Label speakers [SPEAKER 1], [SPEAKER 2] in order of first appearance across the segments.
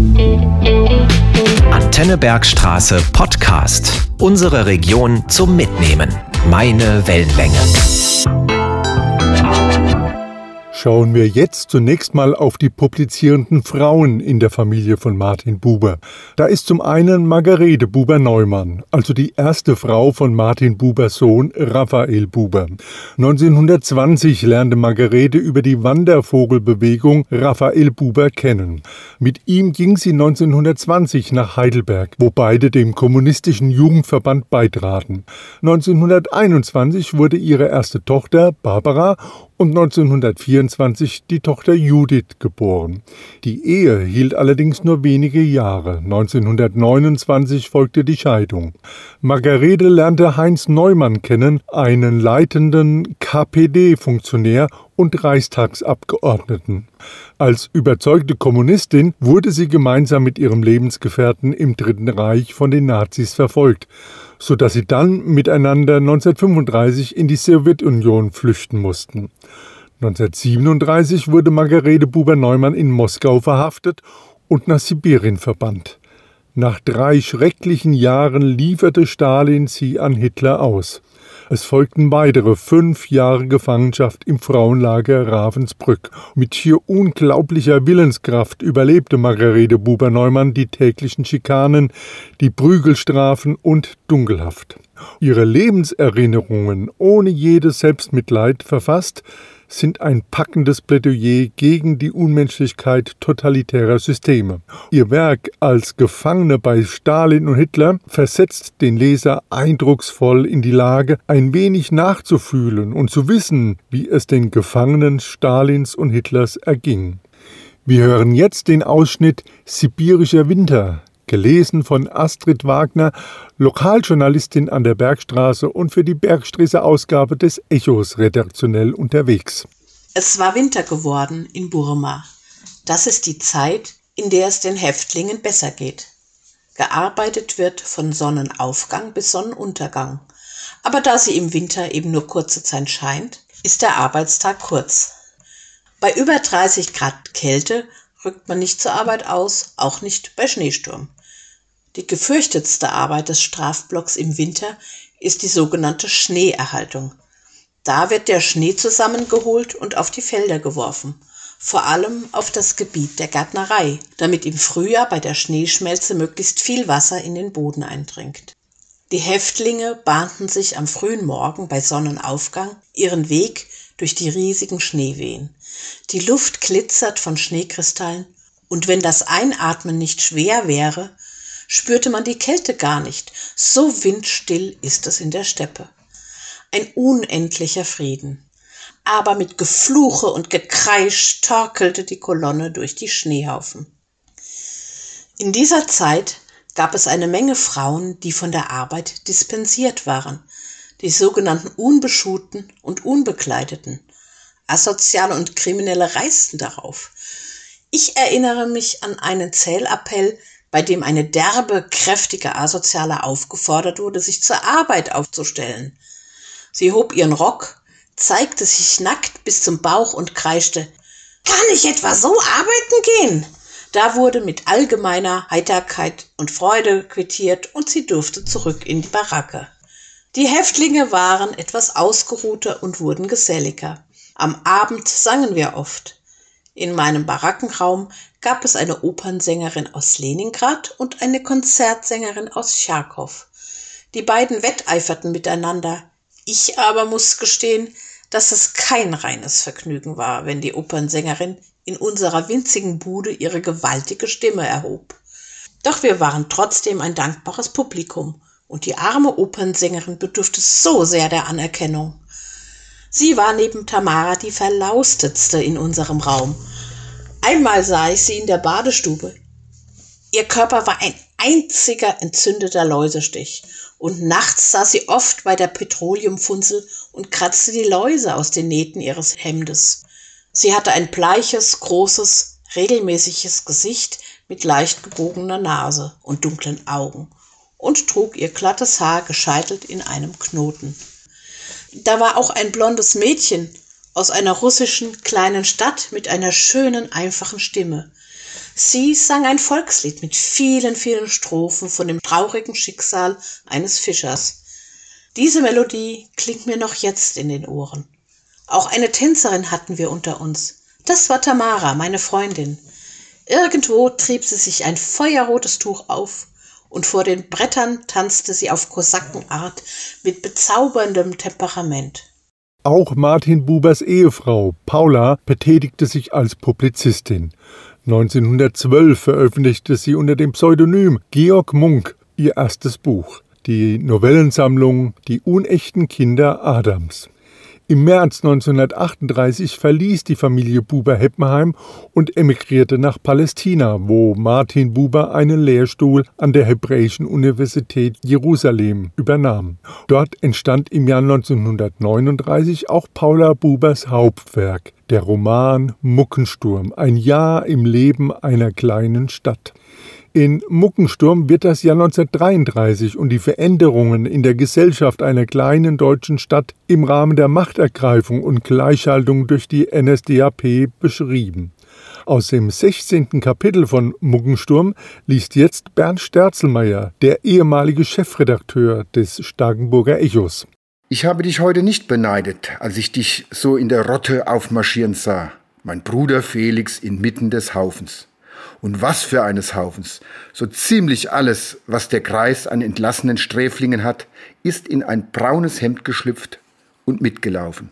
[SPEAKER 1] Antenne Bergstraße Podcast. Unsere Region zum Mitnehmen. Meine Wellenlänge.
[SPEAKER 2] Schauen wir jetzt zunächst mal auf die publizierenden Frauen in der Familie von Martin Buber. Da ist zum einen Margarete Buber-Neumann, also die erste Frau von Martin Bubers Sohn Raphael Buber. 1920 lernte Margarete über die Wandervogelbewegung Raphael Buber kennen. Mit ihm ging sie 1920 nach Heidelberg, wo beide dem kommunistischen Jugendverband beitraten. 1921 wurde ihre erste Tochter Barbara und 1924 die Tochter Judith geboren. Die Ehe hielt allerdings nur wenige Jahre. 1929 folgte die Scheidung. Margarete lernte Heinz Neumann kennen, einen leitenden KPD-Funktionär und Reichstagsabgeordneten. Als überzeugte Kommunistin wurde sie gemeinsam mit ihrem Lebensgefährten im Dritten Reich von den Nazis verfolgt, sodass sie dann miteinander 1935 in die Sowjetunion flüchten mussten. 1937 wurde Margarete Buber-Neumann in Moskau verhaftet und nach Sibirien verbannt. Nach 3 schrecklichen Jahren lieferte Stalin sie an Hitler aus. Es folgten weitere 5 Jahre Gefangenschaft im Frauenlager Ravensbrück. Mit schier unglaublicher Willenskraft überlebte Margarete Buber-Neumann die täglichen Schikanen, die Prügelstrafen und Dunkelhaft. Ihre Lebenserinnerungen ohne jedes Selbstmitleid verfasst sind ein packendes Plädoyer gegen die Unmenschlichkeit totalitärer Systeme. Ihr Werk als Gefangene bei Stalin und Hitler versetzt den Leser eindrucksvoll in die Lage, ein wenig nachzufühlen und zu wissen, wie es den Gefangenen Stalins und Hitlers erging. Wir hören jetzt den Ausschnitt Sibirischer Winter, gelesen von Astrid Wagner, Lokaljournalistin an der Bergstraße und für die Bergstresser Ausgabe des Echos redaktionell unterwegs.
[SPEAKER 3] Es war Winter geworden in Burma. Das ist die Zeit, in der es den Häftlingen besser geht. Gearbeitet wird von Sonnenaufgang bis Sonnenuntergang. Aber da sie im Winter eben nur kurze Zeit scheint, ist der Arbeitstag kurz. Bei über 30 Grad Kälte rückt man nicht zur Arbeit aus, auch nicht bei Schneesturm. Die gefürchtetste Arbeit des Strafblocks im Winter ist die sogenannte Schneeerhaltung. Da wird der Schnee zusammengeholt und auf die Felder geworfen, vor allem auf das Gebiet der Gärtnerei, damit im Frühjahr bei der Schneeschmelze möglichst viel Wasser in den Boden eindringt. Die Häftlinge bahnten sich am frühen Morgen bei Sonnenaufgang ihren Weg durch die riesigen Schneewehen. Die Luft glitzert von Schneekristallen und wenn das Einatmen nicht schwer wäre, spürte man die Kälte gar nicht. So windstill ist es in der Steppe. Ein unendlicher Frieden. Aber mit Gefluche und Gekreisch torkelte die Kolonne durch die Schneehaufen. In dieser Zeit gab es eine Menge Frauen, die von der Arbeit dispensiert waren, die sogenannten Unbeschuhten und Unbekleideten. Asoziale und Kriminelle reisten darauf. Ich erinnere mich an einen Zählappell, bei dem eine derbe, kräftige Asoziale aufgefordert wurde, sich zur Arbeit aufzustellen. Sie hob ihren Rock, zeigte sich nackt bis zum Bauch und kreischte: »Kann ich etwa so arbeiten gehen?« Da wurde mit allgemeiner Heiterkeit und Freude quittiert und sie durfte zurück in die Baracke. Die Häftlinge waren etwas ausgeruhter und wurden geselliger. Am Abend sangen wir oft. In meinem Barackenraum gab es eine Opernsängerin aus Leningrad und eine Konzertsängerin aus Charkow. Die beiden wetteiferten miteinander. Ich aber muss gestehen, dass es kein reines Vergnügen war, wenn die Opernsängerin in unserer winzigen Bude ihre gewaltige Stimme erhob. Doch wir waren trotzdem ein dankbares Publikum und die arme Opernsängerin bedurfte so sehr der Anerkennung. Sie war neben Tamara die verlaustetste in unserem Raum. Einmal sah ich sie in der Badestube. Ihr Körper war ein einziger entzündeter Läusestich und nachts saß sie oft bei der Petroleumfunzel und kratzte die Läuse aus den Nähten ihres Hemdes. Sie hatte ein bleiches, großes, regelmäßiges Gesicht mit leicht gebogener Nase und dunklen Augen und trug ihr glattes Haar gescheitelt in einem Knoten. Da war auch ein blondes Mädchen aus einer russischen kleinen Stadt mit einer schönen, einfachen Stimme. Sie sang ein Volkslied mit vielen, vielen Strophen von dem traurigen Schicksal eines Fischers. Diese Melodie klingt mir noch jetzt in den Ohren. Auch eine Tänzerin hatten wir unter uns. Das war Tamara, meine Freundin. Irgendwo trieb sie sich ein feuerrotes Tuch auf und vor den Brettern tanzte sie auf Kosakenart mit bezauberndem Temperament.
[SPEAKER 2] Auch Martin Bubers Ehefrau Paula betätigte sich als Publizistin. 1912 veröffentlichte sie unter dem Pseudonym Georg Munk ihr erstes Buch, die Novellensammlung Die unechten Kinder Adams. Im März 1938 verließ die Familie Buber Heppenheim und emigrierte nach Palästina, wo Martin Buber einen Lehrstuhl an der Hebräischen Universität Jerusalem übernahm. Dort entstand im Jahr 1939 auch Paula Bubers Hauptwerk, der Roman Muckensturm, ein Jahr im Leben einer kleinen Stadt. In Muckensturm wird das Jahr 1933 und die Veränderungen in der Gesellschaft einer kleinen deutschen Stadt im Rahmen der Machtergreifung und Gleichschaltung durch die NSDAP beschrieben. Aus dem 16. Kapitel von Muckensturm liest jetzt Bernd Sterzelmeier, der ehemalige Chefredakteur des Starkenburger Echos.
[SPEAKER 4] Ich habe dich heute nicht beneidet, als ich dich so in der Rotte aufmarschieren sah, mein Bruder Felix inmitten des Haufens. Und was für eines Haufens! So ziemlich alles, was der Kreis an entlassenen Sträflingen hat, ist in ein braunes Hemd geschlüpft und mitgelaufen.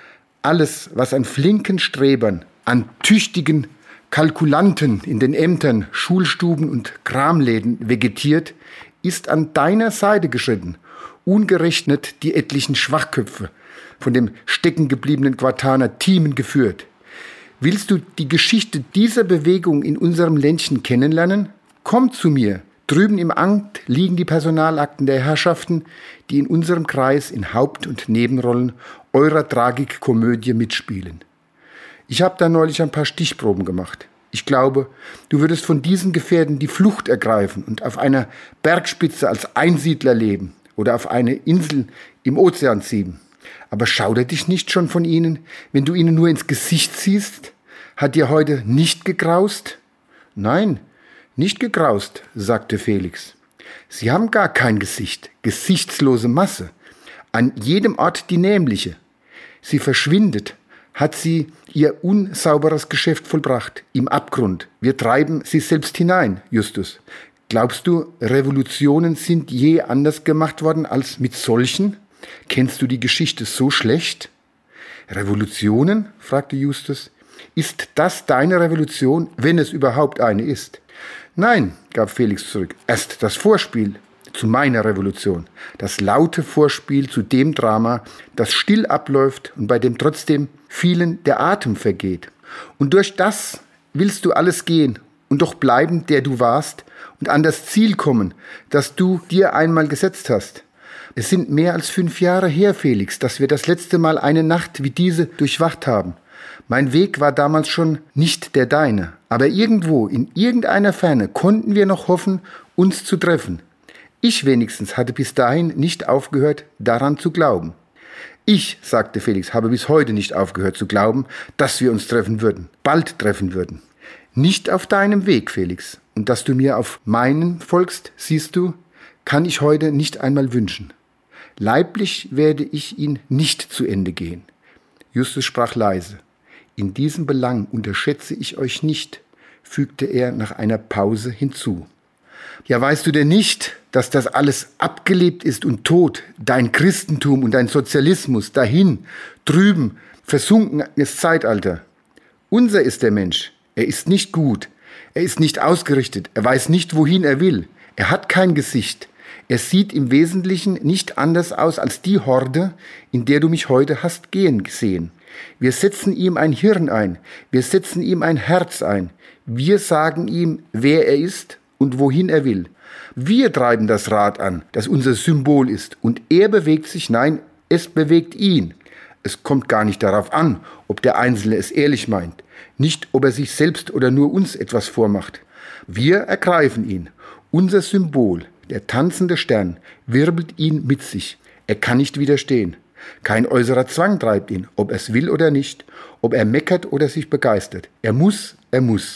[SPEAKER 4] Alles, was an flinken Strebern, an tüchtigen Kalkulanten in den Ämtern, Schulstuben und Kramläden vegetiert, ist an deiner Seite geschritten, ungerechnet die etlichen Schwachköpfe, von dem steckengebliebenen Quartaner Thiemen geführt. Willst du die Geschichte dieser Bewegung in unserem Ländchen kennenlernen? Komm zu mir. Drüben im Amt liegen die Personalakten der Herrschaften, die in unserem Kreis in Haupt- und Nebenrollen eurer Tragikkomödie mitspielen. Ich habe da neulich ein paar Stichproben gemacht. Ich glaube, du würdest von diesen Gefährten die Flucht ergreifen und auf einer Bergspitze als Einsiedler leben oder auf eine Insel im Ozean ziehen. Aber schaudert dich nicht schon von ihnen, wenn du ihnen nur ins Gesicht siehst? Hat dir heute nicht gegraust? Nein, nicht gegraust, sagte Felix. Sie haben gar kein Gesicht, gesichtslose Masse. An jedem Ort die nämliche. Sie verschwindet, hat sie ihr unsauberes Geschäft vollbracht, im Abgrund. Wir treiben sie selbst hinein, Justus. Glaubst du, Revolutionen sind je anders gemacht worden als mit solchen? Kennst du die Geschichte so schlecht? Revolutionen? Fragte Justus. Ist das deine Revolution, wenn es überhaupt eine ist? Nein, gab Felix zurück. Erst das Vorspiel zu meiner Revolution. Das laute Vorspiel zu dem Drama, das still abläuft und bei dem trotzdem vielen der Atem vergeht. Und durch das willst du alles gehen und doch bleiben, der du warst und an das Ziel kommen, das du dir einmal gesetzt hast. Es sind mehr als 5 Jahre her, Felix, dass wir das letzte Mal eine Nacht wie diese durchwacht haben. Mein Weg war damals schon nicht der deine, aber irgendwo, in irgendeiner Ferne, konnten wir noch hoffen, uns zu treffen. Ich wenigstens hatte bis dahin nicht aufgehört, daran zu glauben. Ich, sagte Felix, habe bis heute nicht aufgehört zu glauben, dass wir uns treffen würden, bald treffen würden. Nicht auf deinem Weg, Felix, und dass du mir auf meinen folgst, siehst du, kann ich heute nicht einmal wünschen. Leiblich werde ich ihn nicht zu Ende gehen. Justus sprach leise. In diesem Belang unterschätze ich euch nicht, fügte er nach einer Pause hinzu. Ja, weißt du denn nicht, dass das alles abgelebt ist und tot, dein Christentum und dein Sozialismus, dahin, drüben, versunkenes Zeitalter? Unser ist der Mensch, er ist nicht gut, er ist nicht ausgerichtet, er weiß nicht, wohin er will, er hat kein Gesicht. Er sieht im Wesentlichen nicht anders aus als die Horde, in der du mich heute hast gehen gesehen. Wir setzen ihm ein Hirn ein, wir setzen ihm ein Herz ein. Wir sagen ihm, wer er ist und wohin er will. Wir treiben das Rad an, das unser Symbol ist. Und er bewegt sich, nein, es bewegt ihn. Es kommt gar nicht darauf an, ob der Einzelne es ehrlich meint. Nicht, ob er sich selbst oder nur uns etwas vormacht. Wir ergreifen ihn. Unser Symbol, der tanzende Stern, wirbelt ihn mit sich. Er kann nicht widerstehen. Kein äußerer Zwang treibt ihn, ob er es will oder nicht, ob er meckert oder sich begeistert. Er muss.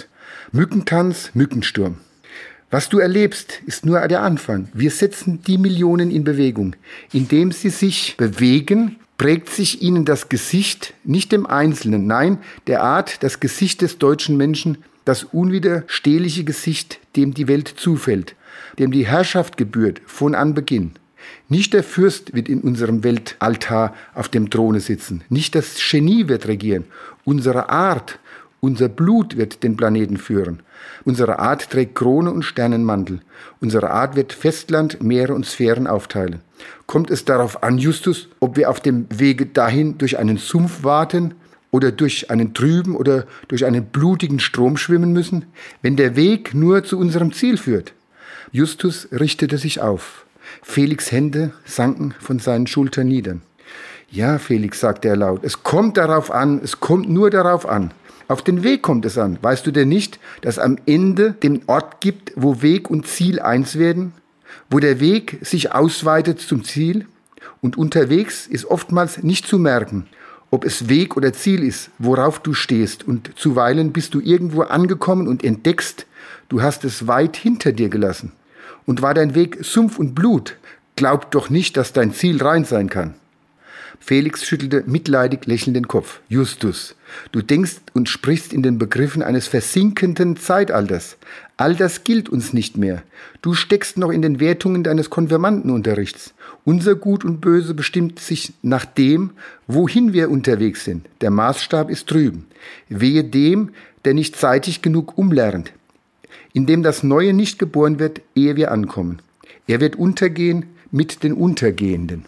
[SPEAKER 4] Mückentanz, Mückensturm. Was du erlebst, ist nur der Anfang. Wir setzen die Millionen in Bewegung. Indem sie sich bewegen, prägt sich ihnen das Gesicht, nicht dem Einzelnen, nein, der Art, das Gesicht des deutschen Menschen, das unwiderstehliche Gesicht, dem die Welt zufällt, dem die Herrschaft gebührt von Anbeginn. Nicht der Fürst wird in unserem Weltaltar auf dem Throne sitzen, nicht das Genie wird regieren, unsere Art, unser Blut wird den Planeten führen. Unsere Art trägt Krone und Sternenmantel. Unsere Art wird Festland, Meere und Sphären aufteilen. Kommt es darauf an, Justus, ob wir auf dem Wege dahin durch einen Sumpf waten oder durch einen trüben oder durch einen blutigen Strom schwimmen müssen, wenn der Weg nur zu unserem Ziel führt? Justus richtete sich auf. Felix' Hände sanken von seinen Schultern nieder. Ja, Felix, sagte er laut, es kommt darauf an, es kommt nur darauf an. Auf den Weg kommt es an. Weißt du denn nicht, dass am Ende den Ort gibt, wo Weg und Ziel eins werden? Wo der Weg sich ausweitet zum Ziel? Und unterwegs ist oftmals nicht zu merken, ob es Weg oder Ziel ist, worauf du stehst. Und zuweilen bist du irgendwo angekommen und entdeckst, du hast es weit hinter dir gelassen. Und war dein Weg Sumpf und Blut, glaub doch nicht, dass dein Ziel rein sein kann. Felix schüttelte mitleidig lächelnd den Kopf. Justus, du denkst und sprichst in den Begriffen eines versinkenden Zeitalters. All das gilt uns nicht mehr. Du steckst noch in den Wertungen deines Konfirmandenunterrichts. Unser Gut und Böse bestimmt sich nach dem, wohin wir unterwegs sind. Der Maßstab ist drüben. Wehe dem, der nicht zeitig genug umlernt, indem das Neue nicht geboren wird, ehe wir ankommen. Er wird untergehen mit den Untergehenden.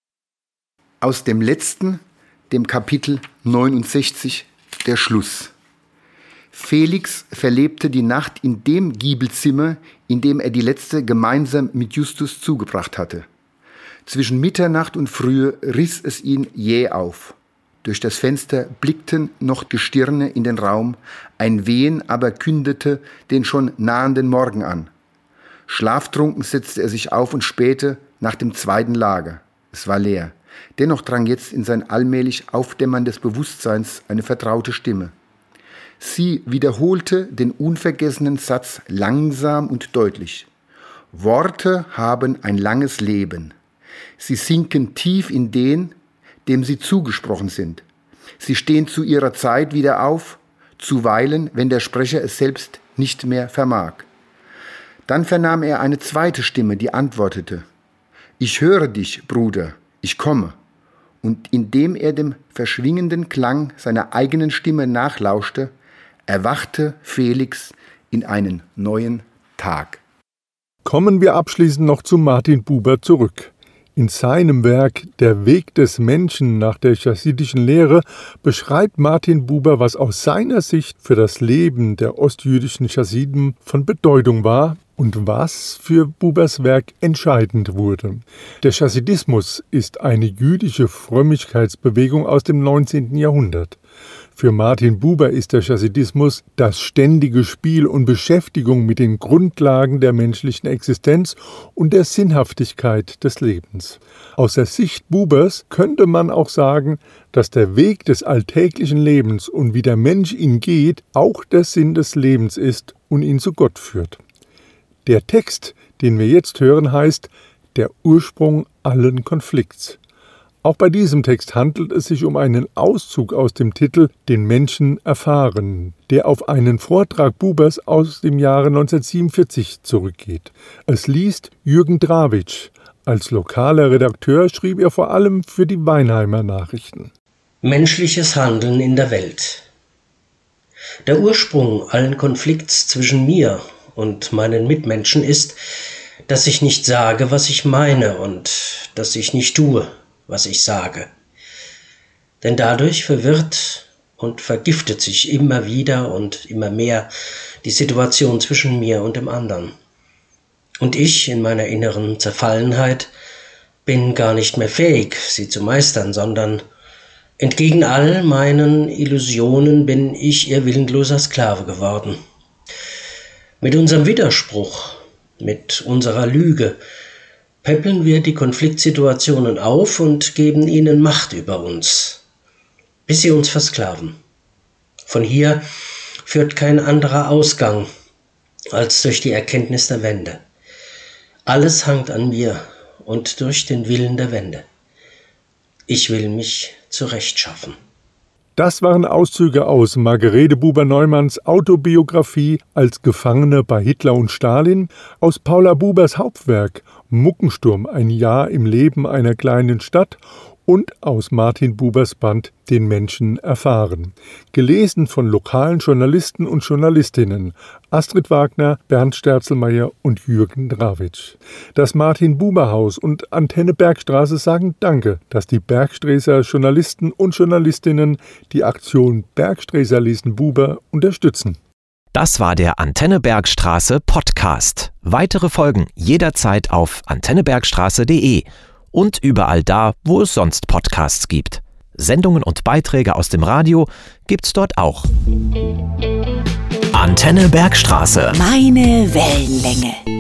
[SPEAKER 4] Aus dem letzten, dem Kapitel 69, der Schluss. Felix verlebte die Nacht in dem Giebelzimmer, in dem er die letzte gemeinsam mit Justus zugebracht hatte. Zwischen Mitternacht und Frühe riss es ihn jäh auf. Durch das Fenster blickten noch Gestirne in den Raum, ein Wehen aber kündete den schon nahenden Morgen an. Schlaftrunken setzte er sich auf und spähte nach dem zweiten Lager. Es war leer. Dennoch drang jetzt in sein allmählich aufdämmerndes Bewusstseins eine vertraute Stimme. Sie wiederholte den unvergessenen Satz langsam und deutlich. Worte haben ein langes Leben. Sie sinken tief in den, dem sie zugesprochen sind. Sie stehen zu ihrer Zeit wieder auf, zuweilen, wenn der Sprecher es selbst nicht mehr vermag. Dann vernahm er eine zweite Stimme, die antwortete. Ich höre dich, Bruder, ich komme. Und indem er dem verschwingenden Klang seiner eigenen Stimme nachlauschte, erwachte Felix in einen neuen Tag.
[SPEAKER 2] Kommen wir abschließend noch zu Martin Buber zurück. In seinem Werk Der Weg des Menschen nach der chassidischen Lehre beschreibt Martin Buber, was aus seiner Sicht für das Leben der ostjüdischen Chassiden von Bedeutung war und was für Bubers Werk entscheidend wurde. Der Chassidismus ist eine jüdische Frömmigkeitsbewegung aus dem 19. Jahrhundert. Für Martin Buber ist der Chassidismus das ständige Spiel und Beschäftigung mit den Grundlagen der menschlichen Existenz und der Sinnhaftigkeit des Lebens. Aus der Sicht Bubers könnte man auch sagen, dass der Weg des alltäglichen Lebens und wie der Mensch ihn geht, auch der Sinn des Lebens ist und ihn zu Gott führt. Der Text, den wir jetzt hören, heißt »Der Ursprung allen Konflikts«. Auch bei diesem Text handelt es sich um einen Auszug aus dem Titel »Den Menschen erfahren«, der auf einen Vortrag Bubers aus dem Jahre 1947 zurückgeht. Es liest Jürgen Drawitsch. Als lokaler Redakteur schrieb er vor allem für die Weinheimer Nachrichten.
[SPEAKER 5] Menschliches Handeln in der Welt. Der Ursprung allen Konflikts zwischen mir und meinen Mitmenschen ist, dass ich nicht sage, was ich meine und dass ich nicht tue, was ich sage. Denn dadurch verwirrt und vergiftet sich immer wieder und immer mehr die Situation zwischen mir und dem anderen. Und ich in meiner inneren Zerfallenheit bin gar nicht mehr fähig, sie zu meistern, sondern entgegen all meinen Illusionen bin ich ihr willenloser Sklave geworden. Mit unserem Widerspruch, mit unserer Lüge, peppeln wir die Konfliktsituationen auf und geben ihnen Macht über uns, bis sie uns versklaven. Von hier führt kein anderer Ausgang als durch die Erkenntnis der Wende. Alles hangt an mir und durch den Willen der Wende. Ich will mich zurechtschaffen.
[SPEAKER 2] Das waren Auszüge aus Margarete Buber-Neumanns Autobiografie als Gefangene bei Hitler und Stalin, aus Paula Bubers Hauptwerk Muckensturm, ein Jahr im Leben einer kleinen Stadt und aus Martin Bubers Band Den Menschen erfahren. Gelesen von lokalen Journalisten und Journalistinnen Astrid Wagner, Bernd Sterzelmeier und Jürgen Drawitsch. Das Martin-Buber-Haus und Antenne Bergstraße sagen Danke, dass die Bergsträßer Journalisten und Journalistinnen die Aktion Bergsträßer lesen Buber unterstützen.
[SPEAKER 1] Das war der Antenne Bergstraße Podcast. Weitere Folgen jederzeit auf antennebergstraße.de und überall da, wo es sonst Podcasts gibt. Sendungen und Beiträge aus dem Radio gibt's dort auch. Antenne Bergstraße.
[SPEAKER 6] Meine Wellenlänge.